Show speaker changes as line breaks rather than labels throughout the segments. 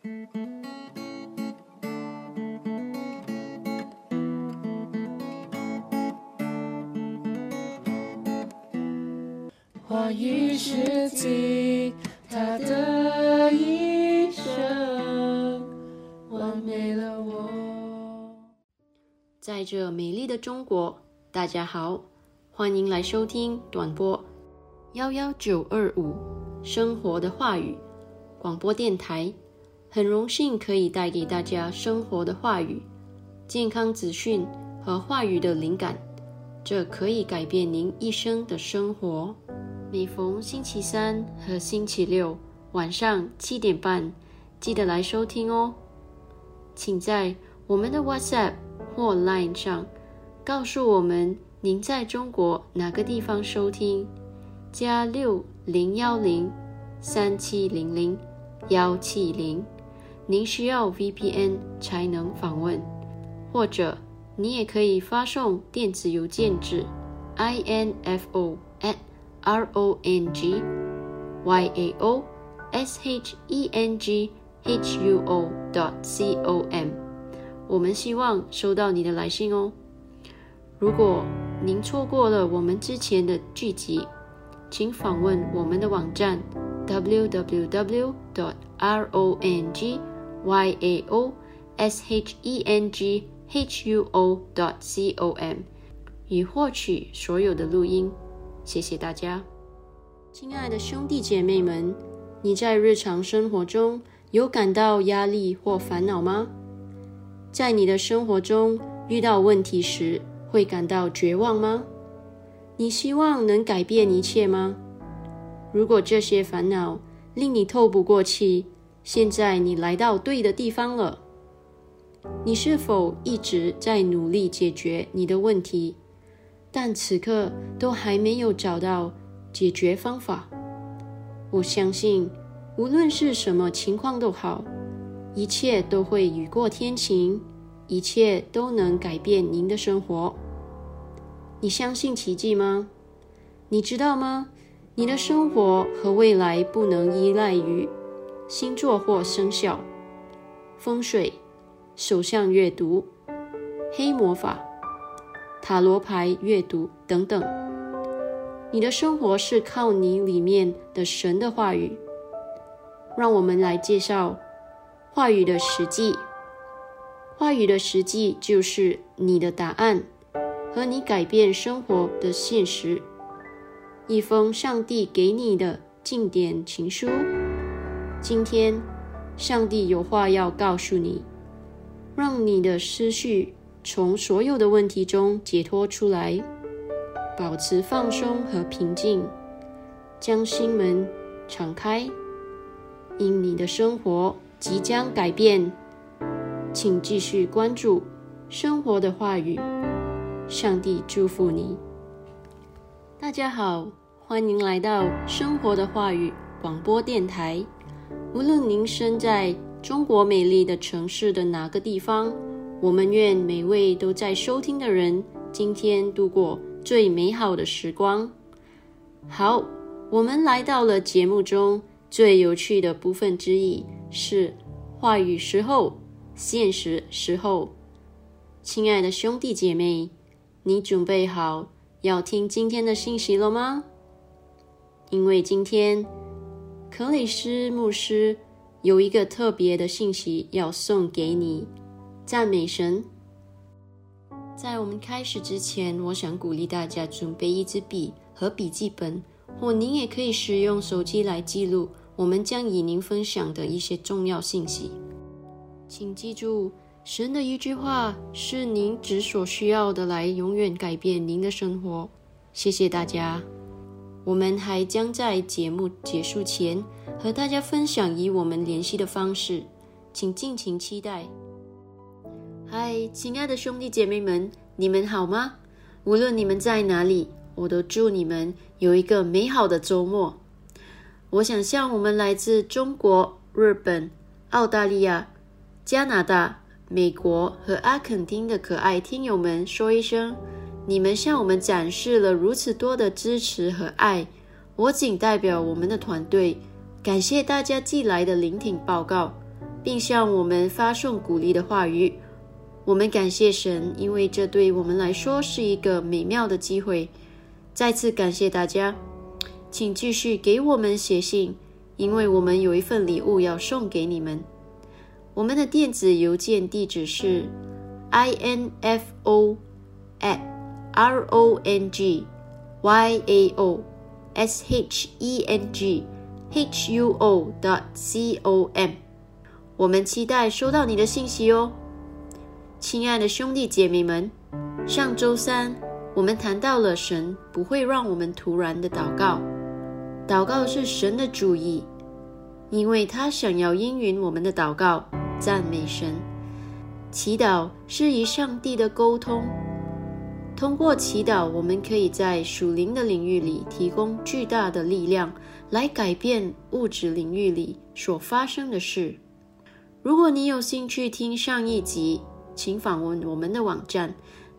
话语是尽他的一生，完美了我。
在这美丽的中国，大家好，欢迎来收听短波11925生活的话语广播电台。很荣幸可以带给大家生活的话语、健康资讯和话语的灵感，这可以改变您一生的生活。每逢星期三和星期六晚上7点半，记得来收听哦。请在我们的 WhatsApp 或 Line 上告诉我们您在中国哪个地方收听，加60103700170。您需要 VPN 才能访问，或者你也可以发送电子邮件至 info@rongyao.shenghuo.com。我们希望收到你的来信哦。如果您错过了我们之前的剧集，请访问我们的网站 www.rongyao.shenghuo.com 以获取所有的录音。谢谢大家。亲爱的兄弟姐妹们，你在日常生活中有感到压力或烦恼吗？在你的生活中遇到问题时，会感到绝望吗？你希望能改变一切吗？如果这些烦恼令你透不过气，现在你来到对的地方了。你是否一直在努力解决你的问题，但此刻都还没有找到解决方法？我相信，无论是什么情况都好，一切都会雨过天晴，一切都能改变您的生活。你相信奇迹吗？你知道吗？你的生活和未来不能依赖于星座或生肖、风水、手相阅读、黑魔法、塔罗牌阅读等等。你的生活是靠你里面的神的话语。让我们来介绍话语的实际。话语的实际就是你的答案和你改变生活的现实。一封上帝给你的经典情书。今天，上帝有话要告诉你，让你的思绪从所有的问题中解脱出来，保持放松和平静，将心门敞开，因你的生活即将改变。请继续关注生活的话语，上帝祝福你。大家好，欢迎来到生活的话语广播电台。无论您身在中国美丽的城市的哪个地方，我们愿每位都在收听的人今天度过最美好的时光。好，我们来到了节目中最有趣的部分之一，是话语时候、现实时候。亲爱的兄弟姐妹，你准备好要听今天的信息了吗？因为今天克里斯牧师有一个特别的信息要送给你。赞美神。在我们开始之前，我想鼓励大家准备一支笔和笔记本，或您也可以使用手机来记录我们将与您分享的一些重要信息。请记住，神的一句话是您只所需要的，来永远改变您的生活。谢谢大家。我们还将在节目结束前和大家分享与我们联系的方式，请尽情期待。嗨，亲爱的兄弟姐妹们，你们好吗？无论你们在哪里，我都祝你们有一个美好的周末。我想向我们来自中国、日本、澳大利亚、加拿大、美国和阿肯丁的可爱听友们说一声，你们向我们展示了如此多的支持和爱。我仅代表我们的团队，感谢大家寄来的聆听报告。 并向我们发送鼓励的话语。我们感谢神，因为这对我们来说是一个美妙的机会。再次感谢大家，请继续给我们写信，因为我们有一份礼物要送给你们。我们的电子邮件地址是 info@rongyaoshenghuo.com。我们期待收到你的信息哦。亲爱的兄弟姐妹们，上周三我们谈到了神不会让我们突然的祷告，祷告是神的主意，因为他想要应允我们的祷告，赞美神。祈祷是与上帝的沟通，通过祈祷我们可以在属灵的领域里提供巨大的力量来改变物质领域里所发生的事。如果你有兴趣听上一集，请访问我们的网站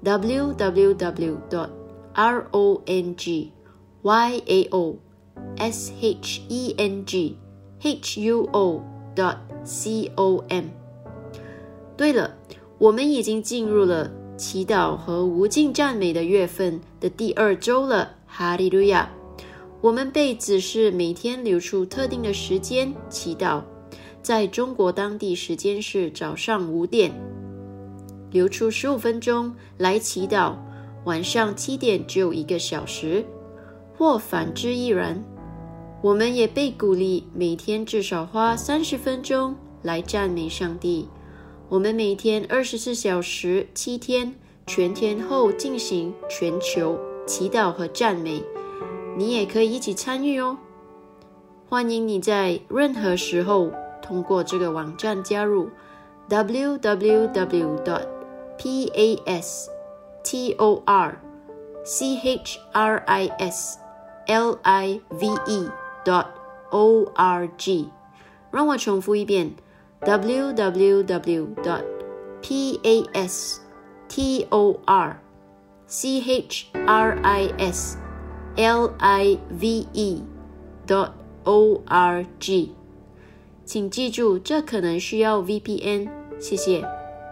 www.rongyaoshenghuo.com。 对了，我们已经进入了祈祷和无尽赞美的月份的第2周了，哈利路亚！我们被指示每天留出特定的时间祈祷，在中国当地时间是早上5点，留出15分钟来祈祷，晚上7点只有1个小时，或反之亦然。我们也被鼓励每天至少花30分钟来赞美上帝。我们每天24小时7天全天候进行全球祈祷和赞美，你也可以一起参与哦。欢迎你在任何时候通过这个網站加入 www.pastorchristlive.org。 让我重复一遍 www.pastorchristlive.org。 请记住，这可能需要 VPN， 谢谢。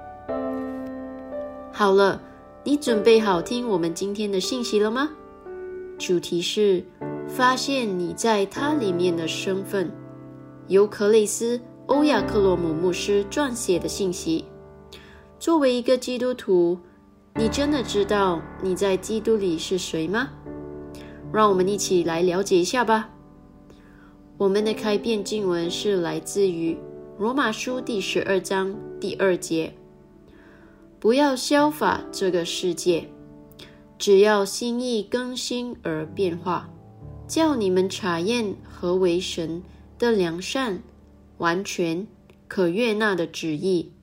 好了，你准备好听我们今天的信息了吗？主题是发现你在他里面的身份，由克雷斯·欧亚克罗姆牧师撰写的信息。作为一个基督徒，你真的知道你在基督里是谁吗？让我们一起来了解一下吧。我们的开篇经文是来自于罗马书第12章第2节，不要效法这个世界，只要心意更新而变化，叫你们查验何为神的良善、完全、可悦纳的旨意。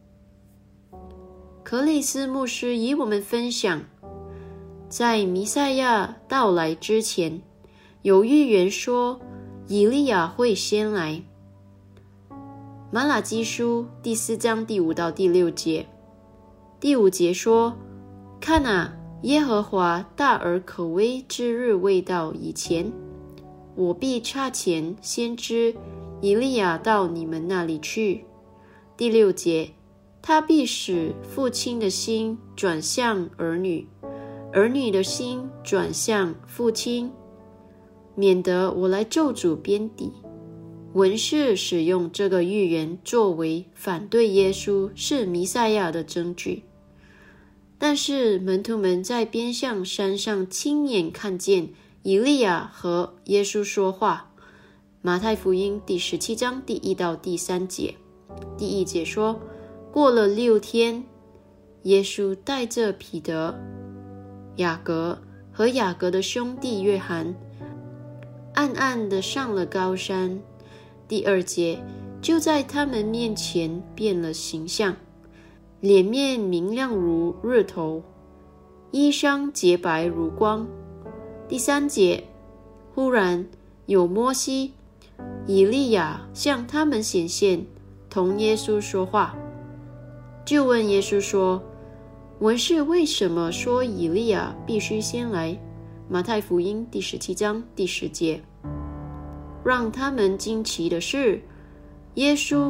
克雷斯牧师与我们分享，在弥赛亚到来之前，有预言说以利亚会先来。马拉基书第4章第5到第6节，第5节说，看啊，耶和华大而可畏之日未到以前，我必差遣先知以利亚到你们那里去。第6节，他必使父亲的心转向儿女，儿女的心转向父亲，免得我来咒诅边地。文士使用这个预言作为反对耶稣是弥赛亚的证据，但是门徒们在边上山上亲眼看见以利亚和耶稣说话。马太福音第17章第1到第3节，第1节说，过了6天，耶稣带着彼得、雅各和雅各的兄弟约翰，暗暗地上了高山。第2节，就在他们面前变了形象，脸面明亮如日头，衣裳洁白如光。第3节，忽然有摩西、以利亚向他们显现，同耶稣说话。就问耶稣说，文士为什么说以利亚必须先来？马太福音第17章第10节。让他们惊奇的是，耶稣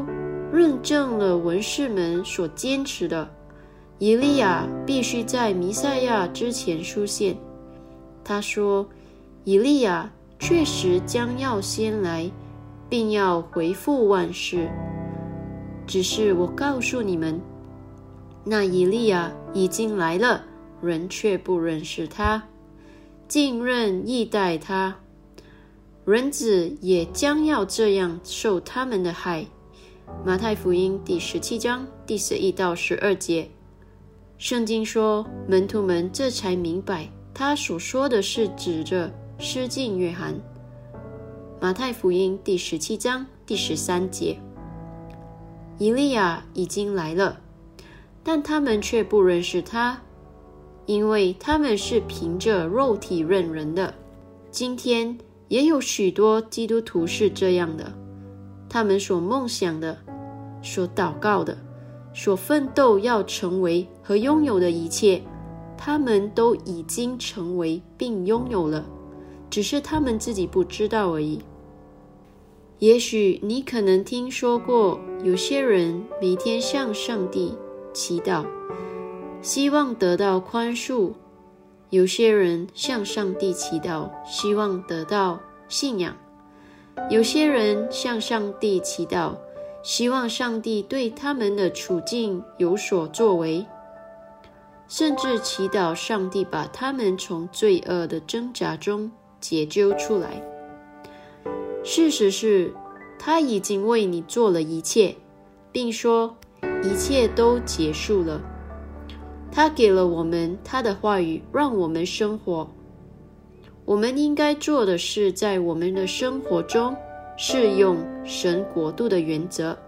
认证了文士们所坚持的，以利亚必须在弥赛亚之前出现。他说，以利亚确实将要先来，并要恢复万事。只是我告诉你们，那以利亚已经来了，人却不认识他，竟任意待他。人子也将要这样受他们的害。马太福音第17章第11到12节。圣经说，门徒们这才明白他所说的是指着施浸约翰。马太福音第17章第13节。以利亚已经来了，但他们却不认识他，因为他们是凭着肉体认人的。今天也有许多基督徒是这样的，他们所梦想的、所祷告的、所奋斗要成为和拥有的一切，他们都已经成为并拥有了，只是他们自己不知道而已。也许你可能听说过，有些人每天向上帝祈祷，希望得到宽恕；有些人向上帝祈祷，希望得到信仰；有些人向上帝祈祷，希望上帝对他们的处境有所作为，甚至祈祷上帝把他们从罪恶的挣扎中解救出来。事实是，他已经为你做了一切，并说一切都结束了。他给了我们他的话语，让我们生活。我们应该做的是，在我们的生活中适用神国度的原则。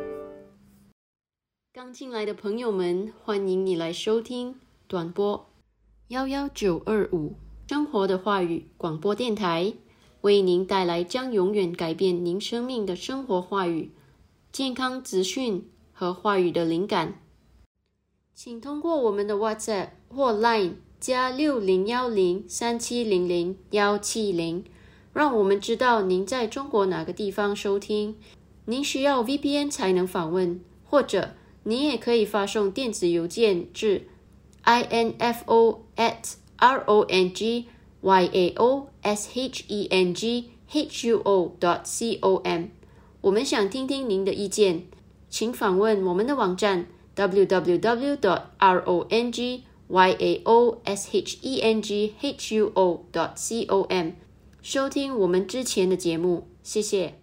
刚进来的朋友们，欢迎你来收听短波11925生活的话语广播电台，为您带来将永远改变您生命的生活话语、健康资讯和话语的灵感。请通过我们的 WhatsApp 或 Line 加601037000170，让我们知道您在中国哪个地方收听。您需要 VPN 才能访问，或者您也可以发送电子邮件至 info@rongyao.shenghuo.com。 我们想听听您的意见，请访问我们的网站 www.rongyao.shenghuo.com， 收听我们之前的节目。谢谢。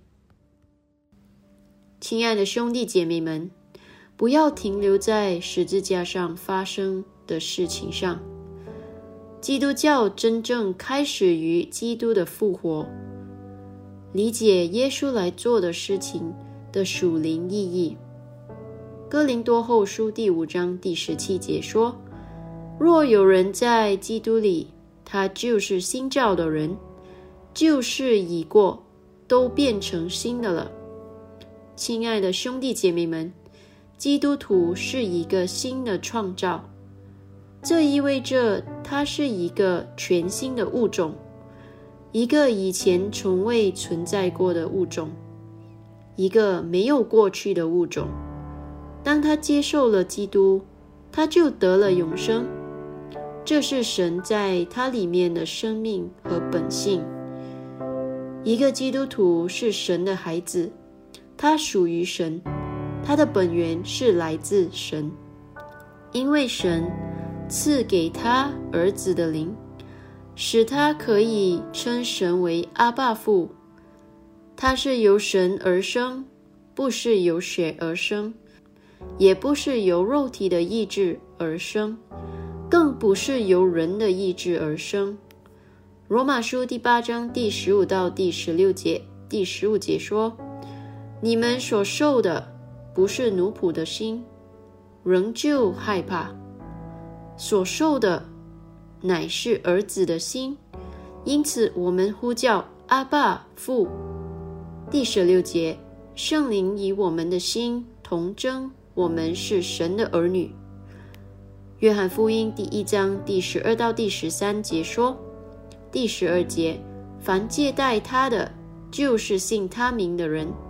亲爱的兄弟姐妹们，不要停留在十字架上发生的事情上。基督教真正开始于基督的复活，理解耶稣来做的事情的属灵意义。哥林多后书第5章第17节说，若有人在基督里，他就是新造的人，旧事已过，都变成新的了。亲爱的兄弟姐妹们，基督徒是一个新的创造，这意味着他是一个全新的物种，一个以前从未存在过的物种，一个没有过去的物种。当他接受了基督，他就得了永生，这是神在他里面的生命和本性。一个基督徒是神的孩子，他属于神，他的本源是来自神，因为神赐给他儿子的灵，使他可以称神为阿爸父。他是由神而生，不是由血而生，也不是由肉体的意志而生，更不是由人的意志而生。罗马书第8章第15到第16节，第15节说，你们所受的不是奴仆的心，仍旧害怕；所受的乃是儿子的心，因此我们呼叫阿爸父。第16节，圣灵以我们的心同证，我们是神的儿女。约翰福音第1章第12到第13节说，第12节，凡接待他的，就是信他名的人，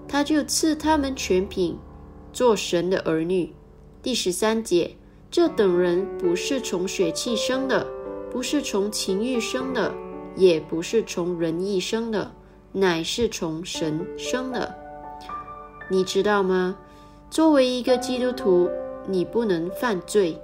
他就赐他们权柄，做神的儿女。第13节，这等人不是从血气生的，不是从情欲生的，也不是从人意生的，乃是从神生的。你知道吗？作为一个基督徒，你不能犯罪。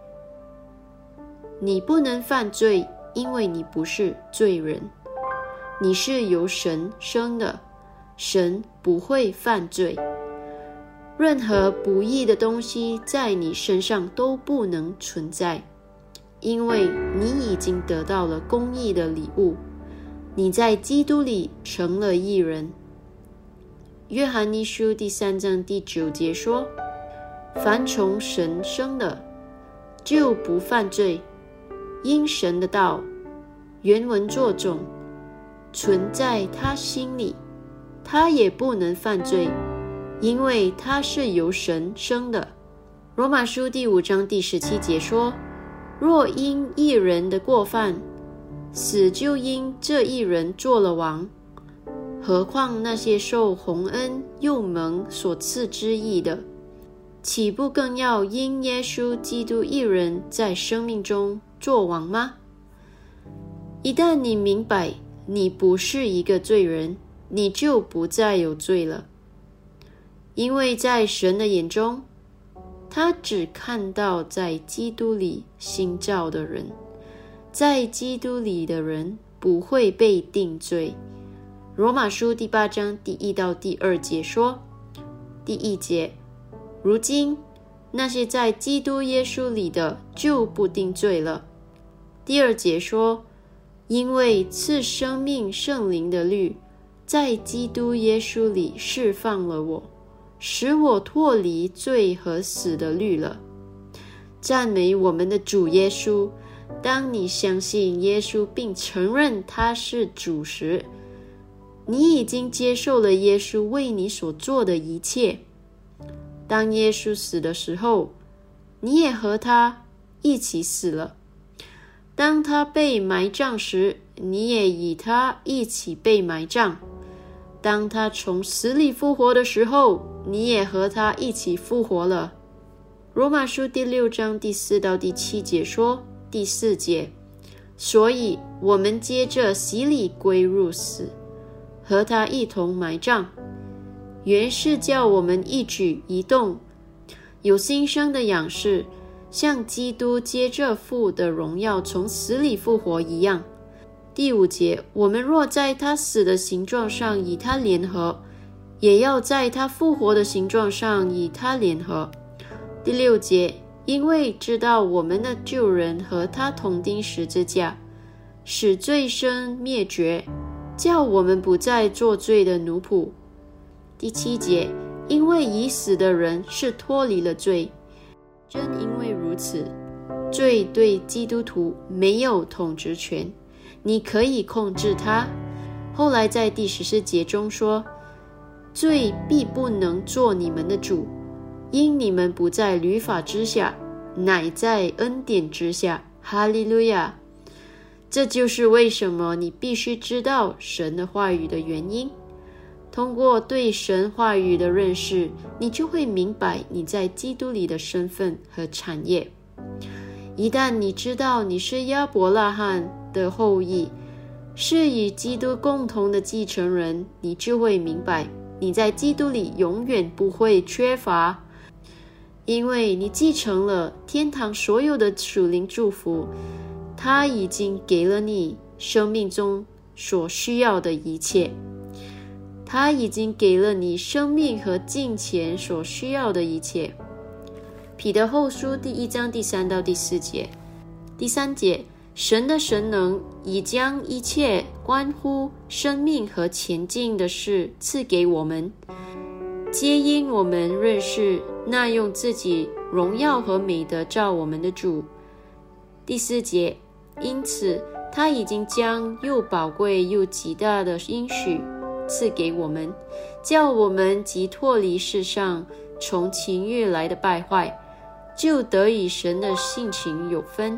你不能犯罪，因为你不是罪人，你是由神生的，神不会犯罪。任何不义的东西在你身上都不能存在，因为你已经得到了公义的礼物，你在基督里成了义人。约翰一书第3章第9节说，凡从神生的，就不犯罪，因神的道，原文作种，存在他心里，他也不能犯罪，因为他是由神生的。罗马书第5章第17节说，若因一人的过犯，死就因这一人做了王，何况那些受洪恩又蒙所赐之义的，岂不更要因耶稣基督一人在生命中做王吗？一旦你明白你不是一个罪人，你就不再有罪了。因为在神的眼中，他只看到在基督里新造的人，在基督里的人不会被定罪。罗马书第8章第1到第2节说，第1节，如今那些在基督耶稣里的就不定罪了。第2节说，因为赐生命圣灵的律在基督耶稣里释放了我，使我脱离罪和死的律了。赞美我们的主耶稣！当你相信耶稣并承认他是主时，你已经接受了耶稣为你所做的一切。当耶稣死的时候，你也和他一起死了。当他被埋葬时，你也与他一起被埋葬。当他从死里复活的时候，你也和他一起复活了。罗马书第6章第4到第7节说，第4节，所以我们接着洗礼归入死，和他一同埋葬，原是叫我们一举一动有新生的样式，像基督接着父的荣耀从死里复活一样。第5节，我们若在他死的形状上与他联合，也要在他复活的形状上与他联合。第6节，因为知道我们的旧人和他同钉十字架，使罪身灭绝，叫我们不再做罪的奴仆。第7节，因为已死的人是脱离了罪，正因为如此，罪对基督徒没有统治权，你可以控制他。后来在第14节中说，罪必不能做你们的主，因你们不在律法之下，乃在恩典之下。哈利路亚！这就是为什么你必须知道神的话语的原因。通过对神话语的认识，你就会明白你在基督里的身份和产业。一旦你知道你是亚伯拉罕的后裔，是与基督共同的继承人，你就会明白你在基督里永远不会缺乏，因为你继承了天堂所有的属灵祝福，他已经给了你生命中所需要的一切，他已经给了你生命和金钱所需要的一切。彼得后书第1章第3到第4节。第3节，神的神能已将一切关乎生命和前进的事赐给我们，皆因我们认识那用自己荣耀和美德照我们的主。第4节，因此他已经将又宝贵又极大的应许赐给我们，叫我们即脱离世上从情欲来的败坏，就得与神的性情有分。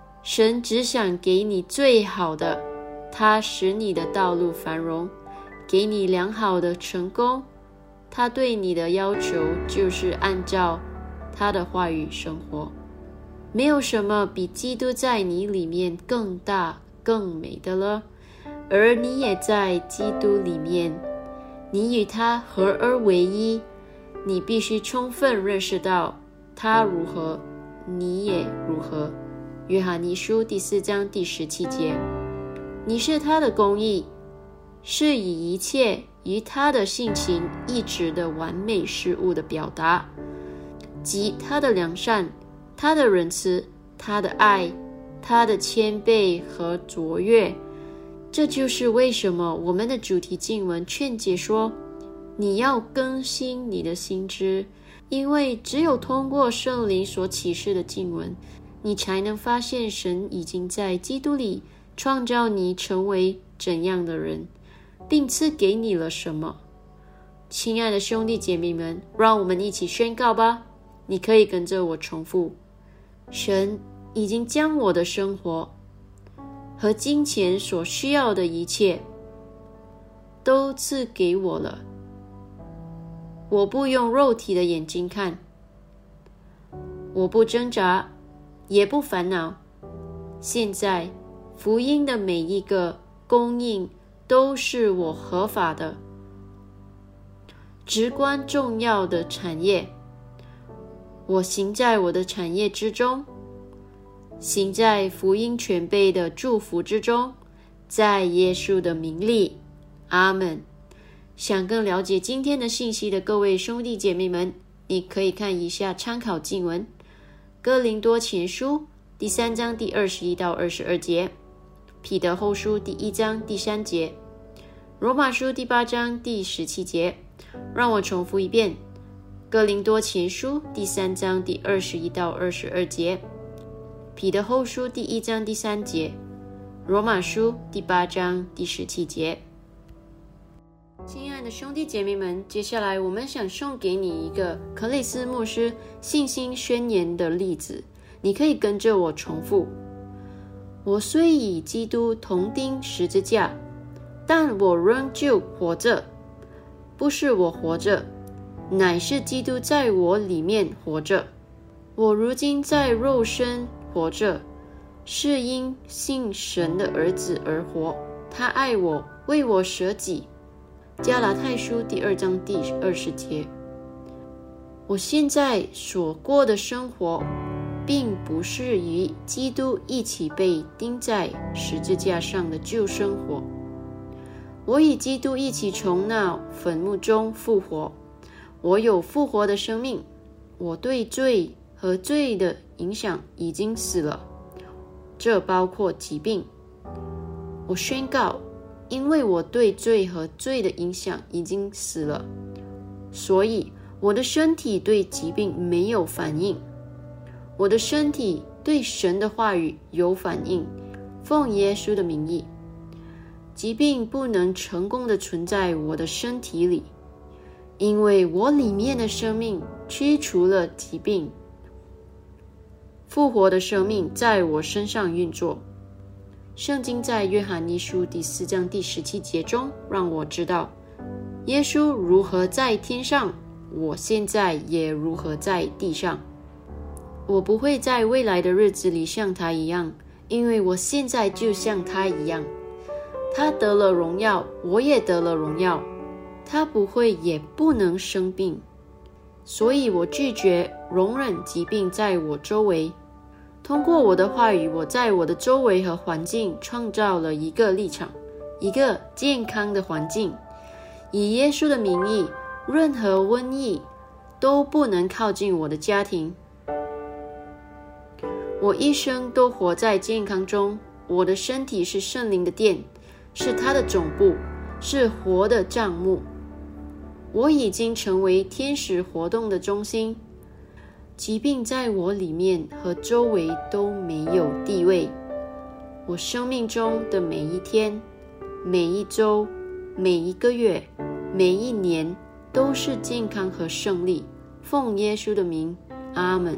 神只想给你最好的，他使你的道路繁荣， 给你良好的成功，他对你的要求就是按照他的话语生活。没有什么比基督在你里面更大更美的了，而你也在基督里面，你与他合而为一。你必须充分认识到他如何，你也如何。约翰一书第4章第17节，你是他的公义，是以一切与他的性情一致的完美事物的表达，即他的良善，他的仁慈，他的爱，他的谦卑和卓越。这就是为什么我们的主题经文劝诫说，你要更新你的心智，因为只有通过圣灵所启示的经文，你才能发现神已经在基督里创造你成为怎样的人，并赐给你了什么。亲爱的兄弟姐妹们，让我们一起宣告吧。你可以跟着我重复，神已经将我的生活和金钱所需要的一切都赐给我了。我不用肉体的眼睛看，我不挣扎，也不烦恼。现在福音的每一个供应都是我合法的、至关重要的产业。我行在我的产业之中，行在福音全备的祝福之中，在耶稣的名里，阿们。想更了解今天的信息的各位兄弟姐妹们，你可以看一下参考经文，哥林多前书第3章第21到22节，彼得后书第1章第3节，罗马书第8章第17节。让我重复一遍，哥林多前书第3章第21到22节，彼得后书第1章第3节，罗马书第8章第17节。亲爱的兄弟姐妹们，接下来我们想送给你一个克雷斯牧师信心宣言的例子，你可以跟着我重复。我虽与基督同钉十字架，但我仍旧活着，不是我活着，乃是基督在我里面活着。我如今在肉身活着，是因信神的儿子而活，他爱我，为我舍己。加拉太书第2章第20节。我现在所过的生活，并不是与基督一起被钉在十字架上的旧生活。我与基督一起从那坟墓中复活，我有复活的生命。我对罪和罪的影响已经死了，这包括疾病。我宣告，因为我对罪和罪的影响已经死了，所以我的身体对疾病没有反应。我的身体对神的话语有反应。奉耶稣的名义，疾病不能成功地存在我的身体里，因为我里面的生命驱除了疾病。复活的生命在我身上运作。圣经在约翰一书第4章第17节中让我知道，耶稣如何在天上，我现在也如何在地上。我不会在未来的日子里像他一样，因为我现在就像他一样。他得了荣耀，我也得了荣耀。他不会也不能生病，所以我拒绝容忍疾病在我周围。通过我的话语，我在我的周围和环境创造了一个立场，一个健康的环境。以耶稣的名义，任何瘟疫都不能靠近我的家庭。我一生都活在健康中。我的身体是圣灵的殿，是他的总部，是活的帐幕。我已经成为天使活动的中心。疾病在我里面和周围都没有地位。我生命中的每一天、每一周、每一个月、每一年都是健康和胜利。奉耶稣的名，阿们。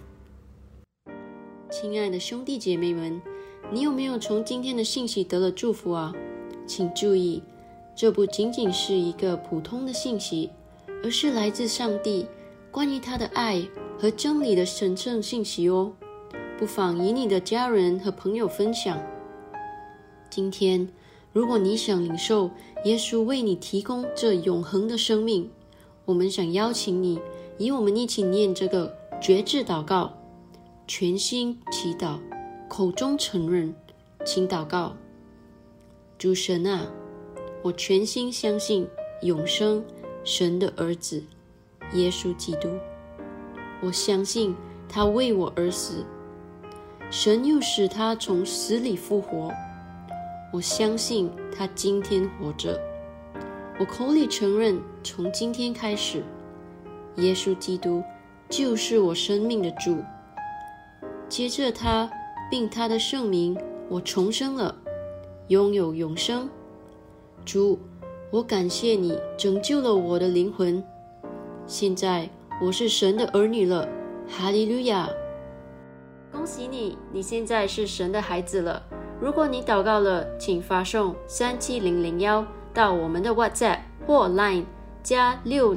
亲爱的兄弟姐妹们，你有没有从今天的信息得了祝福啊？请注意， 这不仅仅是一个普通的信息，而是来自上帝关于他的爱和真理的神圣信息哦。不妨与你的家人和朋友分享。今天，如果你想领受耶稣为你提供这永恒的生命，我们想邀请你与我们一起念这个决志祷告，全心祈祷，口中承认。请祷告：主神啊，我全心相信永生神的儿子耶稣基督，我相信他为我而死，神又使他从死里复活，我相信他今天活着。我口里承认，从今天开始，耶稣基督就是我生命的主。接着他并他的圣名，我重生了，拥有永生。主，我感谢你拯救了我的灵魂，现在我是神的儿女了，哈利路亚！恭喜你，你现在是神的孩子了。如果你祷告了，请发送37001到我们的 WhatsApp 或 Line 加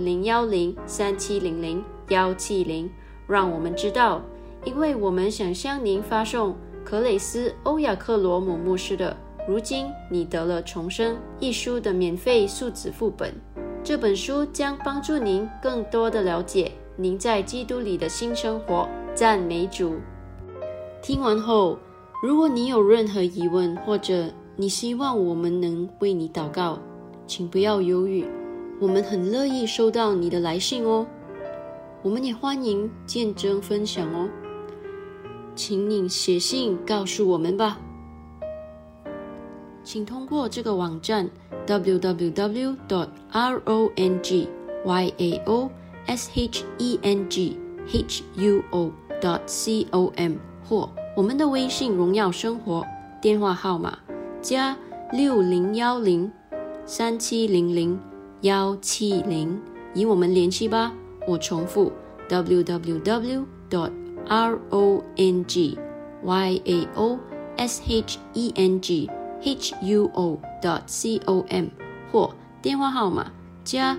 601037000170，让我们知道，因为我们想向您发送克雷斯·欧亚克罗姆牧师的《如今你得了重生》一书的免费数字副本。这本书将帮助您更多的了解您在基督里的新生活。赞美主！听完后，如果你有任何疑问，或者你希望我们能为你祷告，请不要犹豫，我们很乐意收到你的来信哦。我们也欢迎见证分享哦，请你写信告诉我们吧。请通过这个网站 www.rongyanghuo.com 或我们的微信荣耀生活电话号码加601037000170，与我们联系吧。我重复 www.rongyanghuo.com 或电话号码加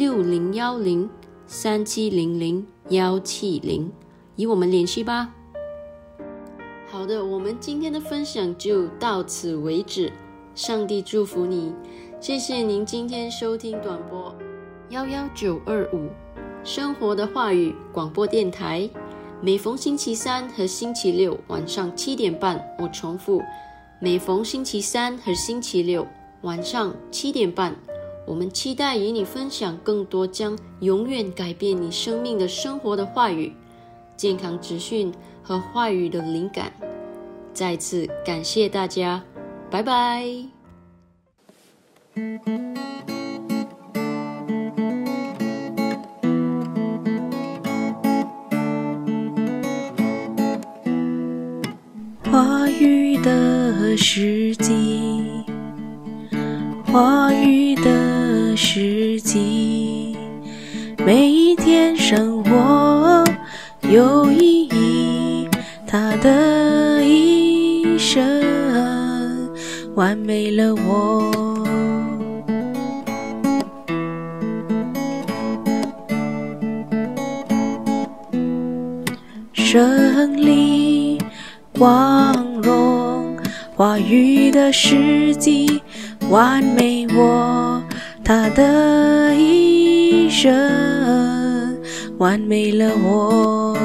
601037000170，与我们联系吧。好的，我们今天的分享就到此为止，上帝祝福你，谢谢您今天收听短波11925生活的话语广播电台，每逢星期三和星期六晚上7点半，我重复，每逢星期三和星期六晚上7点半，我们期待与你分享更多将永远改变你生命的生活的话语、健康资讯和话语的灵感。再次感谢大家，拜拜。
话语的时机，话语的时机，每一天生活有意义，它的一生完美了我。胜利光荣，话语的时机完美我，他的一生完美了我。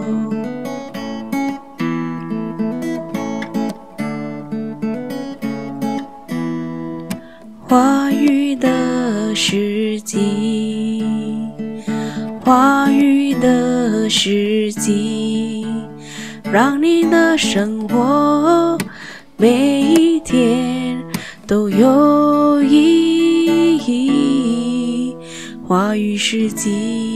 话语的时机，话语的时机，让你的生活每一天都有意义。话语时机。